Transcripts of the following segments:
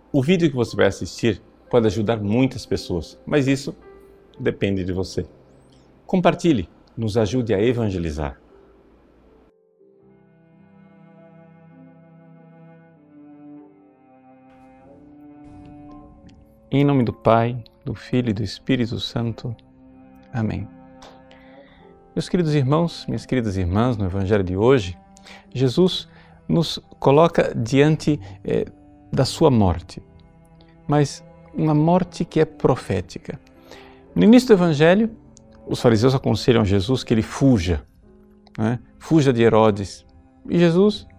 O vídeo que você vai assistir pode ajudar muitas pessoas, mas isso depende de você. Compartilhe, nos ajude a evangelizar. Em nome do Pai, do Filho e do Espírito Santo. Amém. Meus queridos irmãos, minhas queridas irmãs, no Evangelho de hoje, Jesus nos coloca diante da sua morte, mas uma morte que é profética. No início do Evangelho, os fariseus aconselham a Jesus que ele fuja, fuja de Herodes, e Jesus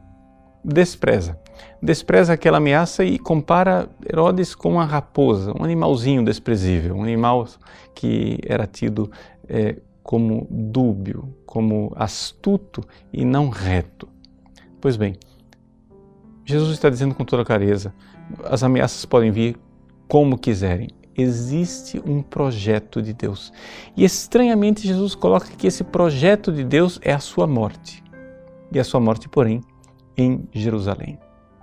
despreza aquela ameaça e compara Herodes com uma raposa, um animalzinho desprezível, um animal que era tido como dúbio, como astuto e não reto. Pois bem, Jesus está dizendo com toda clareza, as ameaças podem vir como quiserem. Existe um projeto de Deus. E estranhamente Jesus coloca que esse projeto de Deus é a sua morte. E a sua morte, porém, em Jerusalém.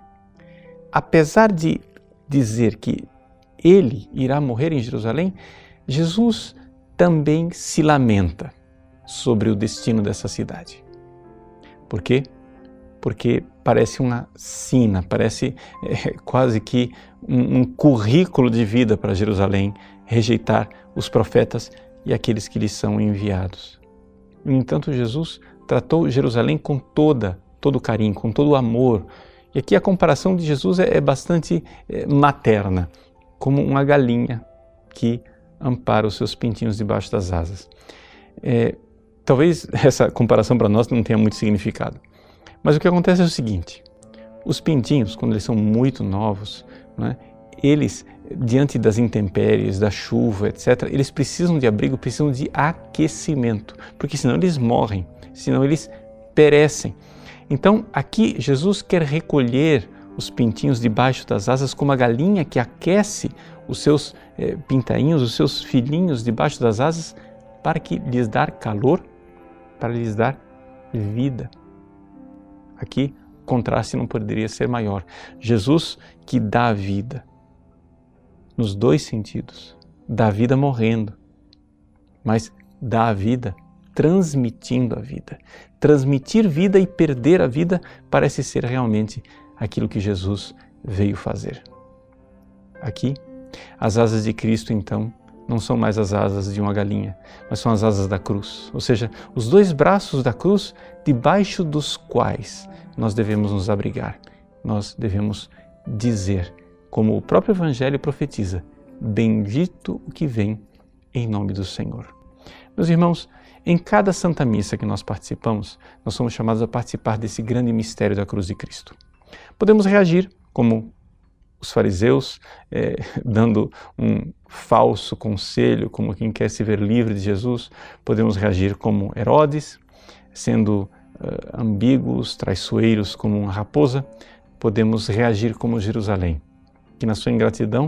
Apesar de dizer que ele irá morrer em Jerusalém, Jesus também se lamenta sobre o destino dessa cidade. Por quê? Porque parece uma sina, parece quase que um currículo de vida para Jerusalém, rejeitar os profetas e aqueles que lhes são enviados. No entanto, Jesus tratou Jerusalém com todo carinho, com todo o amor. E aqui a comparação de Jesus é bastante materna, como uma galinha que ampara os seus pintinhos debaixo das asas. Talvez essa comparação para nós não tenha muito significado. Mas o que acontece é o seguinte, os pintinhos, quando eles são muito novos, eles, diante das intempéries, da chuva, etc., eles precisam de abrigo, precisam de aquecimento, porque senão eles morrem, senão eles perecem. Então, aqui Jesus quer recolher os pintinhos debaixo das asas como a galinha que aquece os seus pintainhos, os seus filhinhos debaixo das asas, para que lhes dar calor, para lhes dar vida. Aqui, o contraste não poderia ser maior. Jesus que dá a vida, nos dois sentidos. Dá a vida morrendo, mas dá a vida transmitindo a vida. Transmitir vida e perder a vida parece ser realmente aquilo que Jesus veio fazer. Aqui, as asas de Cristo, então, não são mais as asas de uma galinha, mas são as asas da cruz. Ou seja, os dois braços da cruz, debaixo dos quais nós devemos nos abrigar. Nós devemos dizer, como o próprio Evangelho profetiza, bendito o que vem em nome do Senhor. Meus irmãos, em cada Santa Missa que nós participamos, nós somos chamados a participar desse grande mistério da cruz de Cristo. Podemos reagir como os fariseus, dando um falso conselho, como quem quer se ver livre de Jesus. Podemos reagir como Herodes, sendo ambíguos, traiçoeiros como uma raposa. Podemos reagir como Jerusalém, que na sua ingratidão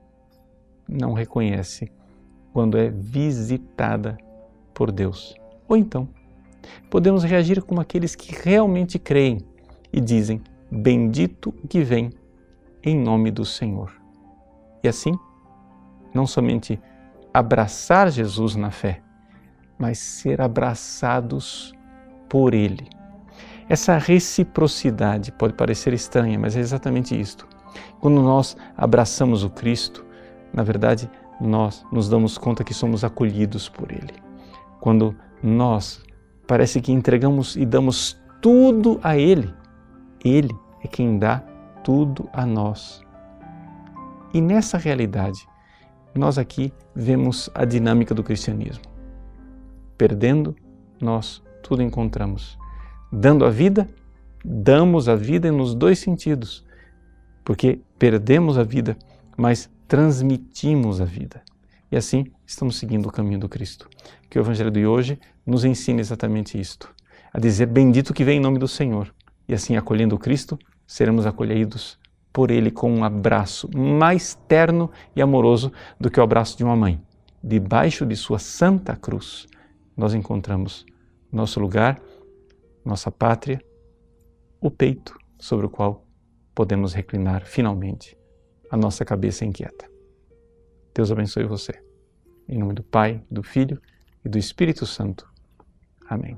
não reconhece quando é visitada por Deus. Ou então, podemos reagir como aqueles que realmente creem e dizem, bendito o que vem em nome do Senhor. E assim, não somente abraçar Jesus na fé, mas ser abraçados por Ele. Essa reciprocidade pode parecer estranha, mas é exatamente isto. Quando nós abraçamos o Cristo, na verdade, nós nos damos conta que somos acolhidos por Ele. Quando nós parece que entregamos e damos tudo a Ele, Ele é quem dá tudo a nós. E nessa realidade, nós aqui vemos a dinâmica do cristianismo. Perdendo, nós tudo encontramos. Dando a vida, damos a vida nos dois sentidos, porque perdemos a vida, mas transmitimos a vida. E assim estamos seguindo o caminho do Cristo. Que o Evangelho de hoje nos ensina exatamente isto, a dizer bendito que vem em nome do Senhor. E assim, acolhendo o Cristo, seremos acolhidos por Ele com um abraço mais terno e amoroso do que o abraço de uma mãe. Debaixo de sua santa cruz, nós encontramos nosso lugar, nossa pátria, o peito sobre o qual podemos reclinar finalmente a nossa cabeça inquieta. Deus abençoe você. Em nome do Pai, do Filho e do Espírito Santo. Amém.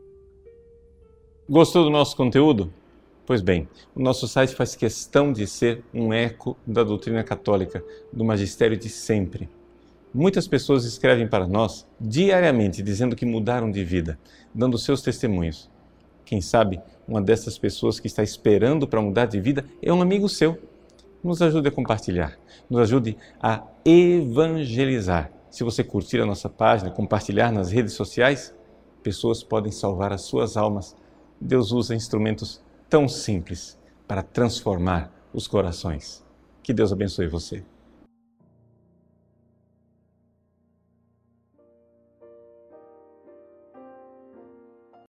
Gostou do nosso conteúdo? Pois bem, o nosso site faz questão de ser um eco da doutrina católica, do magistério de sempre. Muitas pessoas escrevem para nós diariamente dizendo que mudaram de vida, dando seus testemunhos. Quem sabe uma dessas pessoas que está esperando para mudar de vida é um amigo seu. Nos ajude a compartilhar, nos ajude a evangelizar. Se você curtir a nossa página, compartilhar nas redes sociais, pessoas podem salvar as suas almas. Deus usa instrumentos tão simples para transformar os corações. Que Deus abençoe você.